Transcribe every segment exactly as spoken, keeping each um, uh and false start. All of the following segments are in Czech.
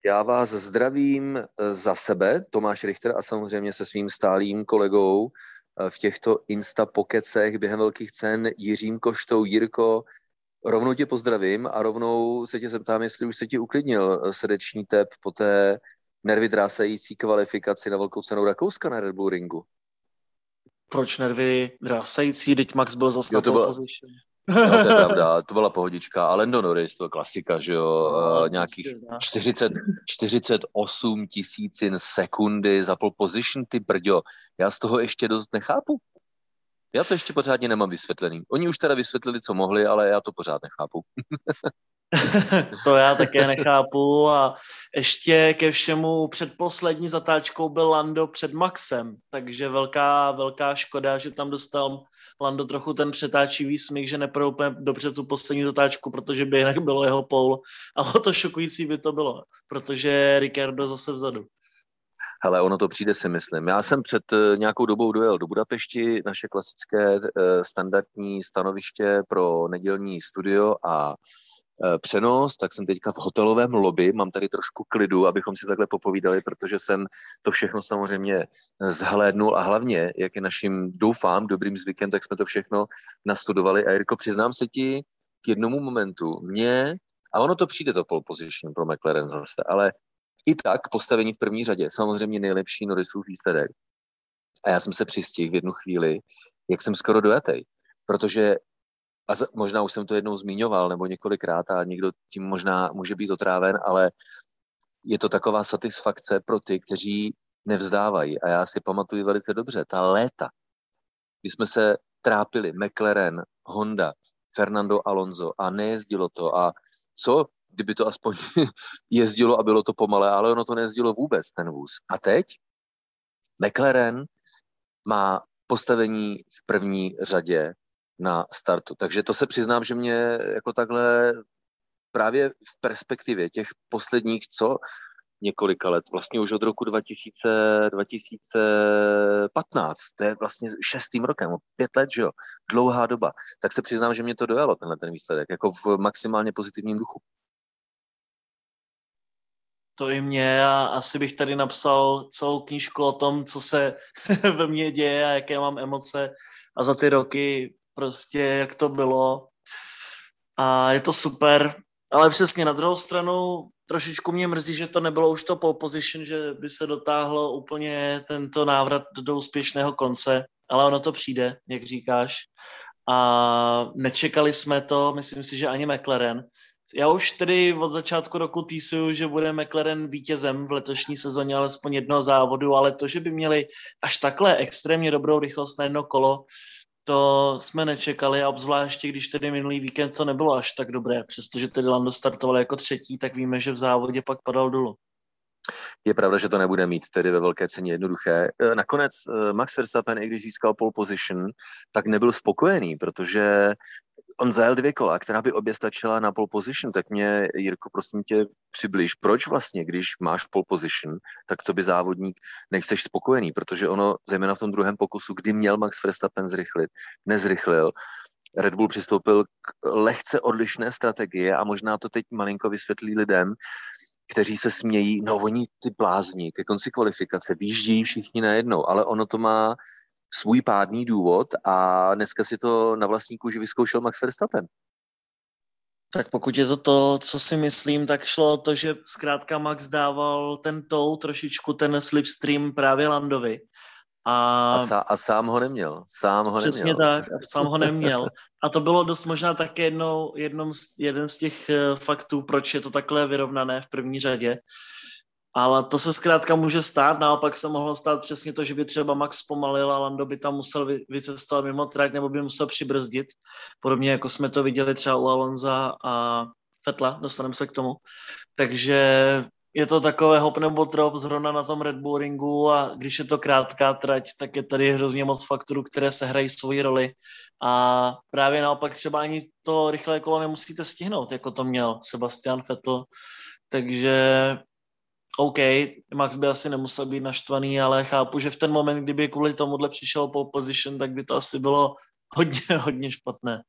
Já vás zdravím za sebe, Tomáš Richter, a samozřejmě se svým stálým kolegou v těchto instapokecech během velkých cen Jiřím Koštou. Jirko, rovnou tě pozdravím a rovnou se tě zeptám, jestli už se ti uklidnil srdeční tep po té nervy drásající kvalifikaci na velkou cenu Rakouska na Red Bull Ringu. Proč nervy drásající? Teď Max byl zase na pole byla... position. No, to je pravda, to byla pohodička. A Lando Norris, to je klasika, že jo, no, nějakých čtyřicet, čtyřicet osm tisícin sekundy za pole position, ty brďo. Já z toho ještě dost nechápu. Já to ještě pořádně nemám vysvětlený. Oni už teda vysvětlili, co mohli, ale já to pořád nechápu. To já také nechápu a ještě ke všemu předposlední zatáčkou byl Lando před Maxem, takže velká, velká škoda, že tam dostal Lando trochu ten přetáčivý smích, že neprojel úplně dobře tu poslední zatáčku, protože by jinak bylo jeho pole, ale to šokující by to bylo, protože Ricciardo zase vzadu. Hele, ono to přijde, si myslím. Já jsem před nějakou dobou dojel do Budapešti, naše klasické standardní stanoviště pro nedělní studio a přenos, tak jsem teďka v hotelovém lobby, mám tady trošku klidu, abychom si takhle popovídali, protože jsem to všechno samozřejmě zhlédnul a hlavně, jak je naším, doufám, dobrým zvykem, tak jsme to všechno nastudovali. A Jirko, přiznám se ti k jednomu momentu, mě, a ono to přijde to pole position pro McLaren zase, ale i tak postavení v první řadě, samozřejmě nejlepší Norrisův výsledek. A já jsem se přistihl v jednu chvíli, jak jsem skoro dojatej, protože a možná už jsem to jednou zmiňoval, nebo několikrát a někdo tím možná může být otráven, ale je to taková satisfakce pro ty, kteří nevzdávají. A já si pamatuju velice dobře, ta léta, kdy jsme se trápili, McLaren, Honda, Fernando Alonso a nejezdilo to. A co, kdyby to aspoň jezdilo a bylo to pomalé, ale ono to nejezdilo vůbec, ten vůz. A teď McLaren má postavení v první řadě na startu. Takže to se přiznám, že mě jako takhle právě v perspektivě těch posledních, co několika let, vlastně už od roku dva tisíce, dva tisíce patnáct, to je vlastně šestým rokem, pět let, že jo, dlouhá doba, tak se přiznám, že mě to dojalo, tenhle ten výsledek, jako v maximálně pozitivním duchu. To i mě a asi bych tady napsal celou knížku o tom, co se ve mně děje a jaké mám emoce a za ty roky prostě, jak to bylo. A je to super, ale přesně na druhou stranu trošičku mě mrzí, že to nebylo už to pole position, že by se dotáhlo úplně tento návrat do úspěšného konce, ale ono to přijde, jak říkáš. A nečekali jsme to, myslím si, že ani McLaren. Já už tedy od začátku roku týsuju, že bude McLaren vítězem v letošní sezóně alespoň jednoho závodu, ale to, že by měli až takhle extrémně dobrou rychlost na jedno kolo, to jsme nečekali a obzvláště, když tedy minulý víkend to nebylo až tak dobré, přestože tedy Lando startoval jako třetí, tak víme, že v závodě pak padal dolů. Je pravda, že to nebude mít tedy ve velké ceně jednoduché. Nakonec Max Verstappen, i když získal pole position, tak nebyl spokojený, protože on zajel dvě kola, která by obě stačila na pole position, tak mě, Jirko, prosím tě, přibliž, proč vlastně, když máš pole position, tak co by závodník, nejseš spokojený, protože ono, zejména v tom druhém pokusu, kdy měl Max Verstappen zrychlit, nezrychlil, Red Bull přistoupil k lehce odlišné strategie a možná to teď malinko vysvětlí lidem, kteří se smějí, no oni ty blázni, ke konci kvalifikace výjíždějí všichni najednou, ale ono to má svůj pádný důvod a dneska si to na vlastní kůži vyzkoušel Max Verstappen. Tak pokud je to to, co si myslím, tak šlo o to, že zkrátka Max dával ten tou, trošičku ten slipstream právě Landovi. A, a, sá, a sám ho neměl. Sám ho přesně neměl. tak, a sám ho neměl. A to bylo dost možná také jednou, jednom z, jeden z těch faktů, proč je to takhle vyrovnané v první řadě. Ale to se zkrátka může stát, naopak se mohlo stát přesně to, že by třeba Max zpomalil a Lando by tam musel vycestovat mimo trať nebo by musel přibrzdit. Podobně jako jsme to viděli třeba u Alonza a Vettela, dostaneme se k tomu. Takže je to takové hop nebo drop zrovna na tom Red Bull ringu a když je to krátká trať, tak je tady hrozně moc faktorů, které se hrají svoji roli a právě naopak třeba ani to rychlé kolo nemusíte stihnout, jako to měl Sebastian Vettel. Takže OK, Max by asi nemusel být naštvaný, ale chápu, že v ten moment, kdyby kvůli tomuhle přišel pole position, tak by to asi bylo hodně, hodně špatné.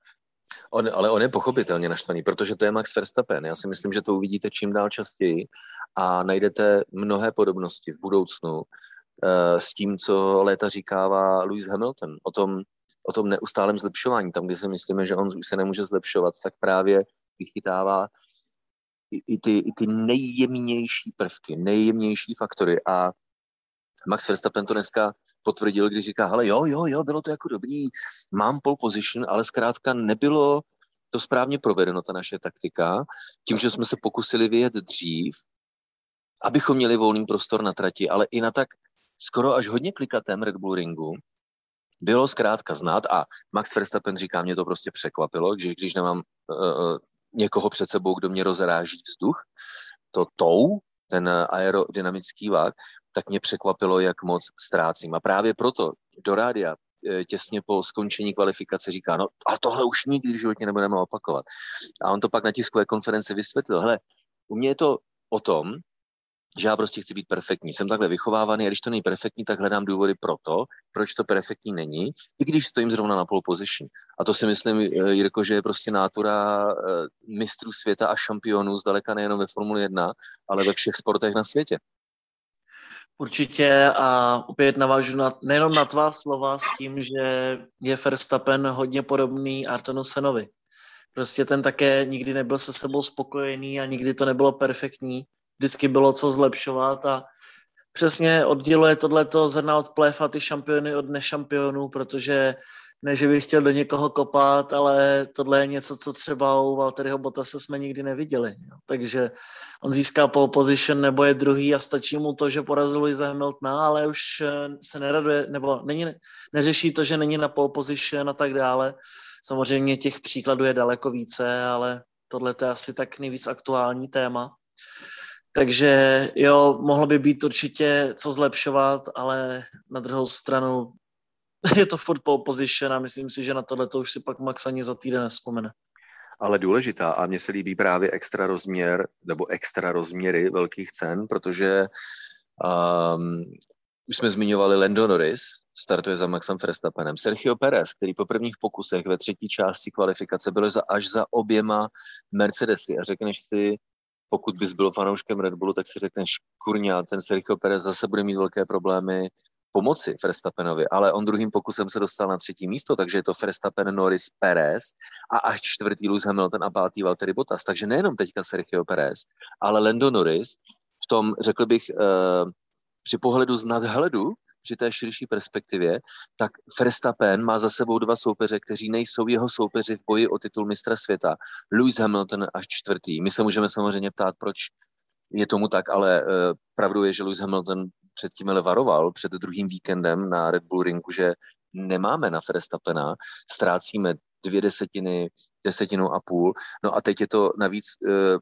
On, ale on je pochopitelně naštvaný, protože to je Max Verstappen. Já si myslím, že to uvidíte čím dál častěji a najdete mnohé podobnosti v budoucnu uh, s tím, co léta říkává Lewis Hamilton. O tom, o tom neustálém zlepšování. Tam, kde si myslíme, že on už se nemůže zlepšovat, tak právě vychytává i, i, ty, i ty nejjemnější prvky, nejjemnější faktory a Max Verstappen to dneska potvrdil, když říká, hele jo, jo, jo, bylo to jako dobrý, mám pole position, ale zkrátka nebylo to správně provedeno, ta naše taktika, tím, že jsme se pokusili vyjet dřív, abychom měli volný prostor na trati, ale i na tak skoro až hodně klikatém Red Bull ringu bylo zkrátka znát a Max Verstappen říká, mě to prostě překvapilo, že když nemám uh, někoho před sebou, kdo mě rozráží vzduch, to tou, ten aerodynamický vlak, tak mě překvapilo, jak moc ztrácím. A právě proto do rádia těsně po skončení kvalifikace říká, no a tohle už nikdy v životě nebudeme opakovat. A on to pak na tiskové konferenci vysvětlil. Hele, u mě je to o tom, že já prostě chci být perfektní. Jsem takhle vychovávaný a když to není perfektní, tak hledám důvody pro to, proč to perfektní není, i když stojím zrovna na pole position. A to si myslím, Jirko, že je prostě nátura mistrů světa a šampionů zdaleka nejenom ve Formuli jedna, ale ve všech sportech na světě. Určitě a opět navážu na, nejenom na tvá slova s tím, že je Verstappen hodně podobný Ayrtonu Senovi. Prostě ten také nikdy nebyl se sebou spokojený a nikdy to nebylo perfektní. Vždycky bylo co zlepšovat a přesně odděluje tohleto zrna od plev a ty šampiony od nešampionů, protože ne, že bych chtěl do někoho kopat, ale tohle je něco, co třeba u Valtteriho Bottase jsme nikdy neviděli. Jo. Takže on získá pole position nebo je druhý a stačí mu to, že porazil Lewise Hamiltona, ale už se neraduje, nebo není, neřeší to, že není na pole position a tak dále. Samozřejmě těch příkladů je daleko více, ale tohle je asi tak nejvíc aktuální téma. Takže jo, mohlo by být určitě co zlepšovat, ale na druhou stranu je to furt pole position a myslím si, že na tohleto už si pak Max ani za týden nevzpomene. Ale důležitá a mně se líbí právě extra rozměr nebo extra rozměry velkých cen, protože um, už jsme zmiňovali Lando Norris, startuje za Maxem Verstappenem. Sergio Perez, který po prvních pokusech ve třetí části kvalifikace byl za, až za oběma Mercedesy a řekneš si, pokud bys byl fanouškem Red Bullu, tak si řekneš, kurňa, ten Sergio Perez zase bude mít velké problémy pomoci Verstappenovi, ale on druhým pokusem se dostal na třetí místo, takže je to Verstappen, Norris, Perez a až čtvrtý Lewis Hamilton a pátý Valtteri Bottas. Takže nejenom teďka Sergio Perez, ale Lando Norris v tom, řekl bych, uh, při pohledu z nadhledu, při té širší perspektivě, tak Verstappen má za sebou dva soupeře, kteří nejsou jeho soupeři v boji o titul mistra světa. Lewis Hamilton až čtvrtý. My se můžeme samozřejmě ptát, proč je tomu tak, ale uh, pravdou je, že Lewis Hamilton předtím ale varoval před druhým víkendem na Red Bull ringu, že nemáme na Verstappena, ztrácíme dvě desetiny, desetinu a půl. No a teď je to navíc uh,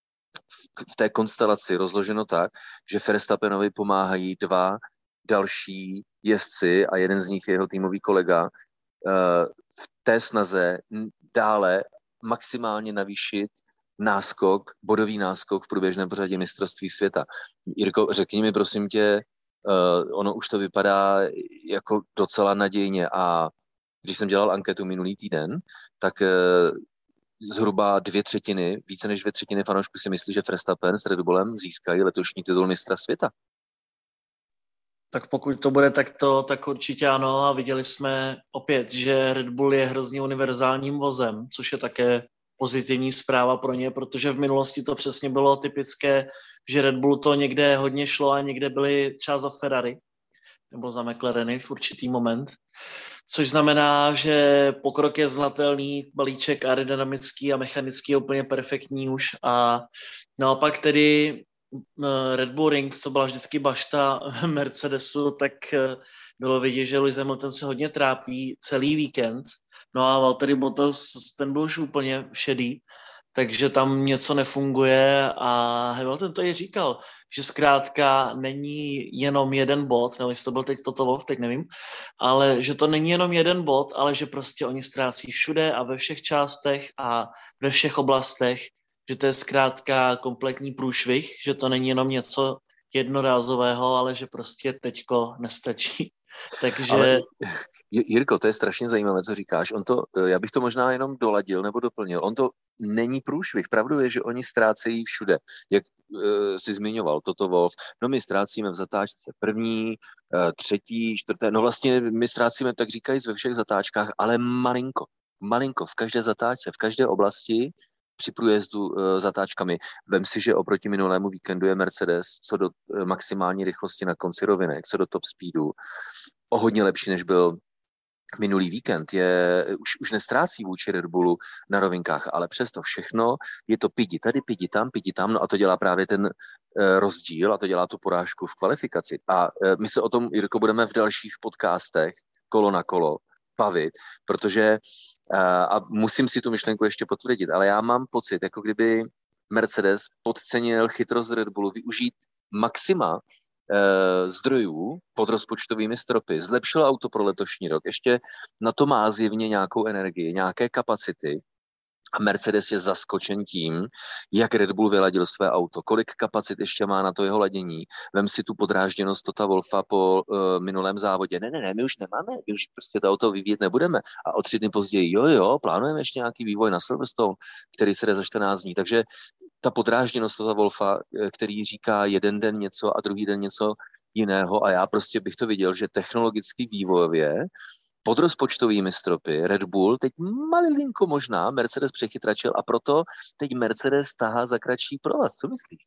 v té konstelaci rozloženo tak, že Verstappenovi pomáhají dva další jezdci a jeden z nich je jeho týmový kolega v té snaze dále maximálně navýšit náskok, bodový náskok v průběžném pořadí mistrovství světa. Jirko, řekni mi prosím tě, ono už to vypadá jako docela nadějně a když jsem dělal anketu minulý týden, tak zhruba dvě třetiny, více než dvě třetiny fanoušků si myslí, že Verstappen s Red Bullem získají letošní titul mistra světa. Tak pokud to bude takto, tak určitě ano a viděli jsme opět, že Red Bull je hrozně univerzálním vozem, což je také pozitivní zpráva pro ně, protože v minulosti to přesně bylo typické, že Red Bull to někde hodně šlo a někde byli třeba za Ferrari nebo za McLareny v určitý moment. Což znamená, že pokrok je znatelný, balíček aerodynamický a mechanický je úplně perfektní už a naopak tedy Red Bull Ring, co byla vždycky bašta Mercedesu, tak bylo vidět, že Lewis Hamilton se hodně trápí celý víkend. No a Valtteri Bottas, ten byl už úplně šedý, takže tam něco nefunguje a Hamilton to i říkal, že zkrátka není jenom jeden bod, nebo jestli to byl teď Toto Wolff, teď nevím, ale že to není jenom jeden bod, ale že prostě oni ztrácí všude a ve všech částech a ve všech oblastech, že to je zkrátka kompletní průšvih, že to není jenom něco jednorázového, ale že prostě teďko nestačí. Takže... Ale Jirko, to je strašně zajímavé, co říkáš. On to, já bych to možná jenom doladil nebo doplnil. On to není průšvih. Pravdou je, že oni ztrácejí všude. Jak uh, jsi zmiňoval, Toto Wolff, no my ztrácíme v zatáčce první, uh, třetí, čtvrté, no vlastně my ztrácíme, tak říkají, ve všech zatáčkách, ale malinko. Malinko, v každé zatáčce, v každé oblasti při průjezdu uh, zatáčkami. Vem si, že oproti minulému víkendu je Mercedes co do uh, maximální rychlosti na konci rovinek, co do top speedu, o hodně lepší, než byl minulý víkend. Je, už, už nestrácí vůči Red Bullu na rovinkách, ale přesto všechno je to pidi tady, pidi tam, pidi tam, no a to dělá právě ten uh, rozdíl a to dělá tu porážku v kvalifikaci. A uh, my se o tom, Jirko, budeme v dalších podcastech kolo na kolo bavit, protože uh, a musím si tu myšlenku ještě potvrdit, ale já mám pocit, jako kdyby Mercedes podcenil chytrost Red Bullu využít maxima eh, zdrojů pod rozpočtovými stropy, zlepšil auto pro letošní rok, ještě na to má zjevně nějakou energii, nějaké kapacity. A Mercedes je zaskočen tím, jak Red Bull vyladil své auto, kolik kapacit ještě má na to jeho ladění. Vem si tu podrážděnost Tota Wolffa po uh, minulém závodě. Ne, ne, ne, my už nemáme, my už prostě to auto vyvíjet nebudeme. A o tři dny později, jo, jo, plánujeme ještě nějaký vývoj na Silverstone, který se jde za čtrnáct dní. Takže ta podrážděnost Tota Wolffa, který říká jeden den něco a druhý den něco jiného, a já prostě bych to viděl, že technologicky vývojově pod rozpočtovými stropy Red Bull teď malilinko možná Mercedes přechytračil a proto teď Mercedes tahá za kratší provaz. Co myslíš?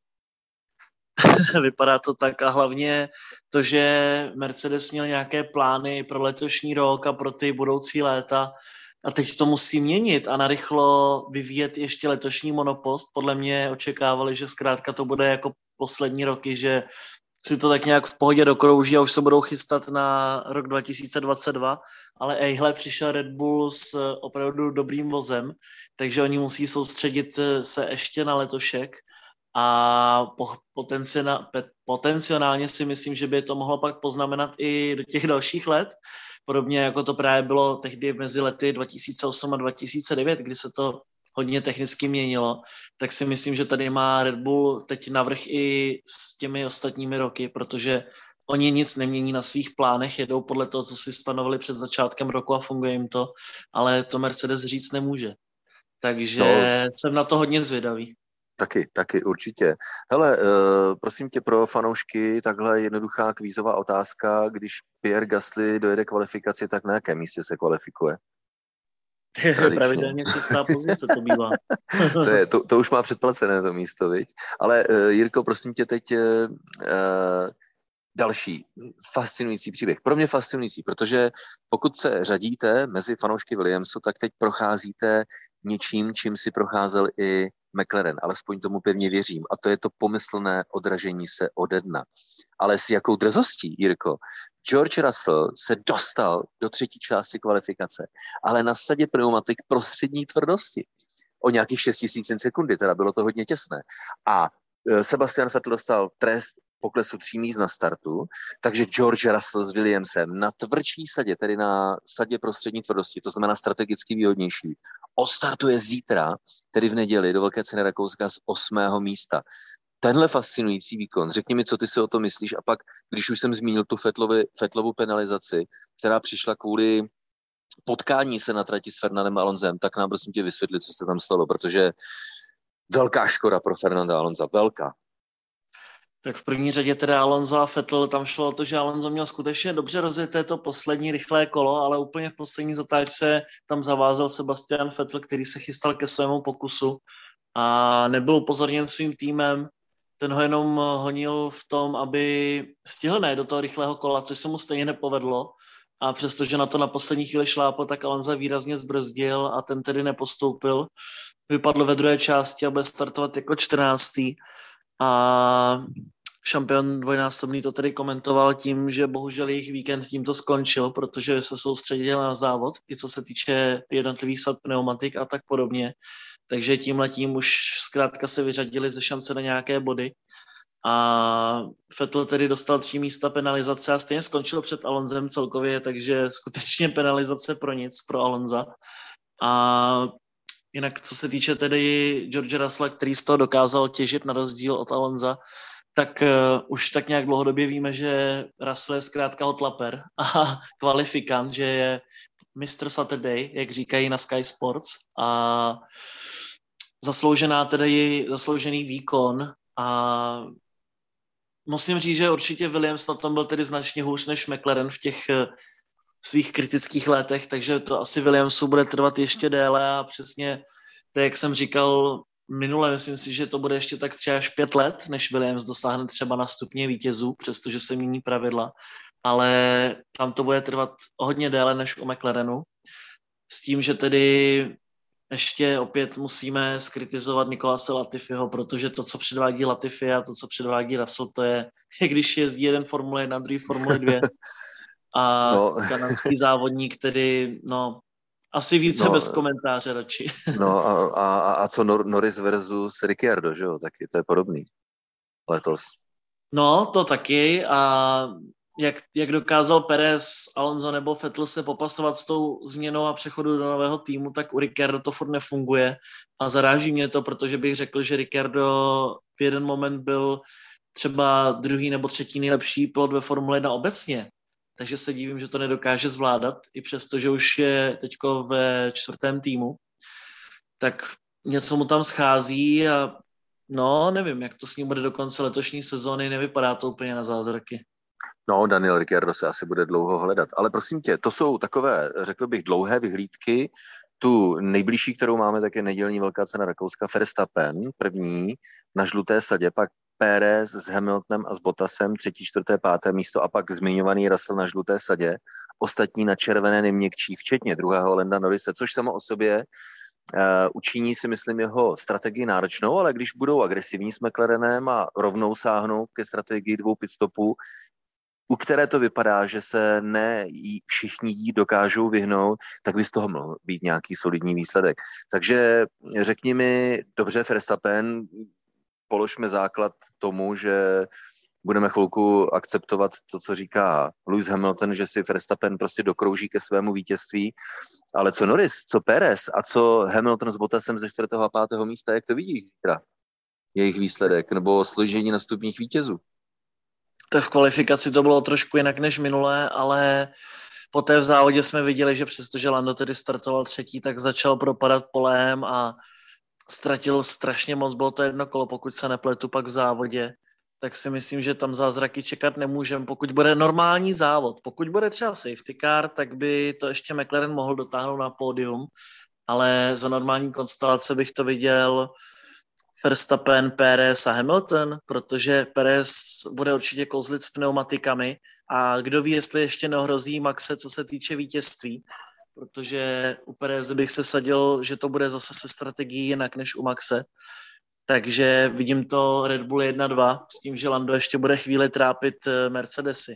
Vypadá to tak a hlavně to, že Mercedes měl nějaké plány pro letošní rok a pro ty budoucí léta a teď to musí měnit a narychlo vyvíjet ještě letošní monopost. Podle mě očekávali, že zkrátka to bude jako poslední roky, že si to tak nějak v pohodě dokrouží a už se budou chystat na rok dva tisíce dvacet dva, ale ejhle, přišel Red Bull s opravdu dobrým vozem, takže oni musí soustředit se ještě na letošek a po, potenciálně si myslím, že by to mohlo pak poznamenat i do těch dalších let, podobně jako to právě bylo tehdy mezi lety dva tisíce osm a dva tisíce devět, kdy se to hodně technicky měnilo, tak si myslím, že tady má Red Bull teď navrch i s těmi ostatními roky, protože oni nic nemění na svých plánech, jedou podle toho, co si stanovili před začátkem roku a funguje jim to, ale to Mercedes říct nemůže. Takže no, jsem na to hodně zvědavý. Taky, taky, určitě. Hele, uh, prosím tě, pro fanoušky takhle jednoduchá kvízová otázka, když Pierre Gasly dojede kvalifikaci, tak na jakém místě se kvalifikuje? Pravidelně šestá pozice to bývá. to, je, to, to už má předplacené to místo, viď? Ale uh, Jirko, prosím tě teď uh, další fascinující příběh. Pro mě fascinující, protože pokud se řadíte mezi fanoušky Williamsu, tak teď procházíte něčím, čím si procházel i McLaren, alespoň tomu pevně věřím. A to je to pomyslné odražení se ode dna. Ale s jakou drzostí, Jirko? George Russell se dostal do třetí části kvalifikace, ale na sadě pneumatik prostřední tvrdosti. O nějakých šest tisíc sekundy, teda bylo to hodně těsné. A Sebastian Vettel dostal trest poklesu tří míst na startu, takže George Russell s Williamsem na tvrdší sadě, tedy na sadě prostřední tvrdosti, to znamená strategicky výhodnější, ostartuje zítra, tedy v neděli, do Velké ceny Rakouska z osmého místa. Tenhle fascinující výkon, řekni mi, co ty si o tom myslíš, a pak, když už jsem zmínil tu Vettelovi, Vettelovu penalizaci, která přišla kvůli potkání se na trati s Fernandem Alonsem, tak nám prosím tě vysvětlit, co se tam stalo, protože velká škoda pro Fernanda Alonsa, velká. Tak v první řadě teda Alonso a Vettel, tam šlo o to, že Alonso měl skutečně dobře rozjeté to poslední rychlé kolo, ale úplně v poslední zatáčce tam zavázal Sebastian Vettel, který se chystal ke svému pokusu a nebyl upozorněn svým týmem, ten ho jenom honil v tom, aby stihl ne do toho rychlého kola, což se mu stejně nepovedlo. A přestože na to na poslední chvíli šlápl, tak Alonso výrazně zbrzdil a ten tedy nepostoupil. Vypadl ve druhé části a bude startovat jako čtrnáctý. A šampion dvojnásobný to tedy komentoval tím, že bohužel jejich víkend tímto skončil, protože se soustředil na závod, i co se týče jednotlivých sad pneumatik a tak podobně. Takže tímhletím už zkrátka se vyřadili ze šance na nějaké body. A Vettel tedy dostal tři místa penalizace a stejně skončil před Alonsem celkově, takže skutečně penalizace pro nic, pro Alonsa. A jinak co se týče tedy George Russella, který z toho dokázal těžit na rozdíl od Alonsa, tak uh, už tak nějak dlouhodobě víme, že Russell je zkrátka hotlaper a kvalifikant, že je mister Saturday, jak říkají na Sky Sports, a zasloužená tedy zasloužený výkon a musím říct, že určitě Williams na tom byl tedy značně hůř než McLaren v těch svých kritických letech, takže to asi Williamsu bude trvat ještě déle a přesně tak, jak jsem říkal minule, myslím si, že to bude ještě tak třeba až pět let, než Williams dosáhne třeba na stupně vítězů, přestože se mění pravidla, ale tam to bude trvat hodně déle než u McLarenu. S tím, že tedy ještě opět musíme skritizovat Nicolase Latifiho, protože to, co předvádí Latifi a to, co předvádí Russell, to je, jak když jezdí jeden Formule jedna, druhý Formule dva a no. Kanadský závodník, který, no, asi více no, bez komentáře radši. No a, a, a co Nor- Norris versus Ricciardo, že jo, taky to je podobný letos. No, to taky a jak, jak dokázal Perez, Alonso nebo Vettel se popasovat s tou změnou a přechodu do nového týmu, tak u Ricciardo to furt nefunguje a zaráží mě to, protože bych řekl, že Ricciardo v jeden moment byl třeba druhý nebo třetí nejlepší pilot ve Formule jedna obecně. Takže se divím, že to nedokáže zvládat, i přesto, že už je teďko ve čtvrtém týmu. Tak něco mu tam schází a no, nevím, jak to s ním bude do konce letošní sezóny, nevypadá to úplně na zázraky. No, Daniel Ricciardo se asi bude dlouho hledat. Ale prosím tě, to jsou takové, řekl bych, dlouhé vyhlídky. Tu nejbližší, kterou máme, tak je nedělní velká cena Rakouska. Verstappen, první, na žluté sadě, pak Pérez s Hamiltonem a s Bottasem, třetí, čtvrté, páté místo a pak zmiňovaný Russell na žluté sadě. Ostatní na červené nejměkčí, včetně druhého Landa Norrise, což samo o sobě Uh, učiní si, myslím, jeho strategii náročnou, ale když budou agresivní s McLarenem a rovnou sáhnou ke strategii dvou pitstopů, u které to vypadá, že se ne všichni jí dokážou vyhnout, tak by z toho mohl být nějaký solidní výsledek. Takže řekni mi, dobře, Verstappen, položme základ tomu, že budeme chvilku akceptovat to, co říká Lewis Hamilton, že si Verstappen prostě dokrouží ke svému vítězství. Ale co Norris, co Perez a co Hamilton s Bottasem ze čtvrtého a pátého místa, jak to vidíš zítra? Jejich výsledek nebo složení nastupních vítězů? Tak v kvalifikaci to bylo trošku jinak než minulé, ale poté v závodě jsme viděli, že přestože Lando tedy startoval třetí, tak začal propadat polem a ztratil strašně moc, bylo to jedno kolo, pokud se nepletu pak v závodě. Tak si myslím, že tam zázraky čekat nemůžeme, pokud bude normální závod. Pokud bude třeba safety car, tak by to ještě McLaren mohl dotáhnout na pódium, ale za normální konstelace bych to viděl Verstappen, Pérez a Hamilton, protože Pérez bude určitě kouzlit s pneumatikami a kdo ví, jestli ještě neohrozí Maxe, co se týče vítězství, protože u Pérez bych se sadil, že to bude zase se strategií jinak než u Maxe. Takže vidím to Red Bull jedna dva s tím, že Lando ještě bude chvíli trápit Mercedesy.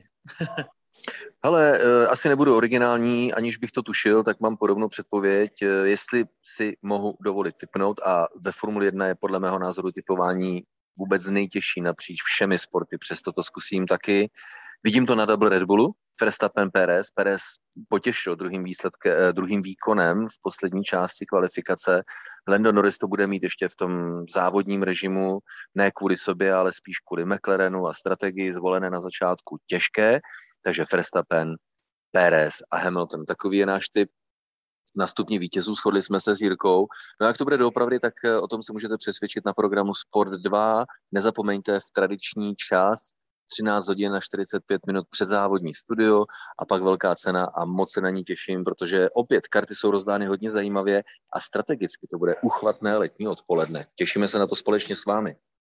Hele, asi nebudu originální, aniž bych to tušil, tak mám podobnou předpověď. Jestli si mohu dovolit tipnout, a ve Formule jedna je podle mého názoru tipování vůbec nejtěžší napříč všemi sporty, přesto to zkusím taky. Vidím to na double Red Bullu, Verstappen, Pérez. Pérez potěšil druhým, výsledke, druhým výkonem v poslední části kvalifikace. Lando Norris to bude mít ještě v tom závodním režimu, ne kvůli sobě, ale spíš kvůli McLarenu a strategii zvolené na začátku těžké. Takže Verstappen, Pérez a Hamilton. Takový je náš tip na stupni vítězů. Shodli jsme se s Jirkou. No jak to bude doopravdy, tak o tom se můžete přesvědčit na programu Sport dva. Nezapomeňte v tradiční čas třináct hodin a čtyřicet pět minut předzávodní studio a pak velká cena a moc se na ní těším, protože opět karty jsou rozdány hodně zajímavě a strategicky to bude uchvatné letní odpoledne. Těšíme se na to společně s vámi.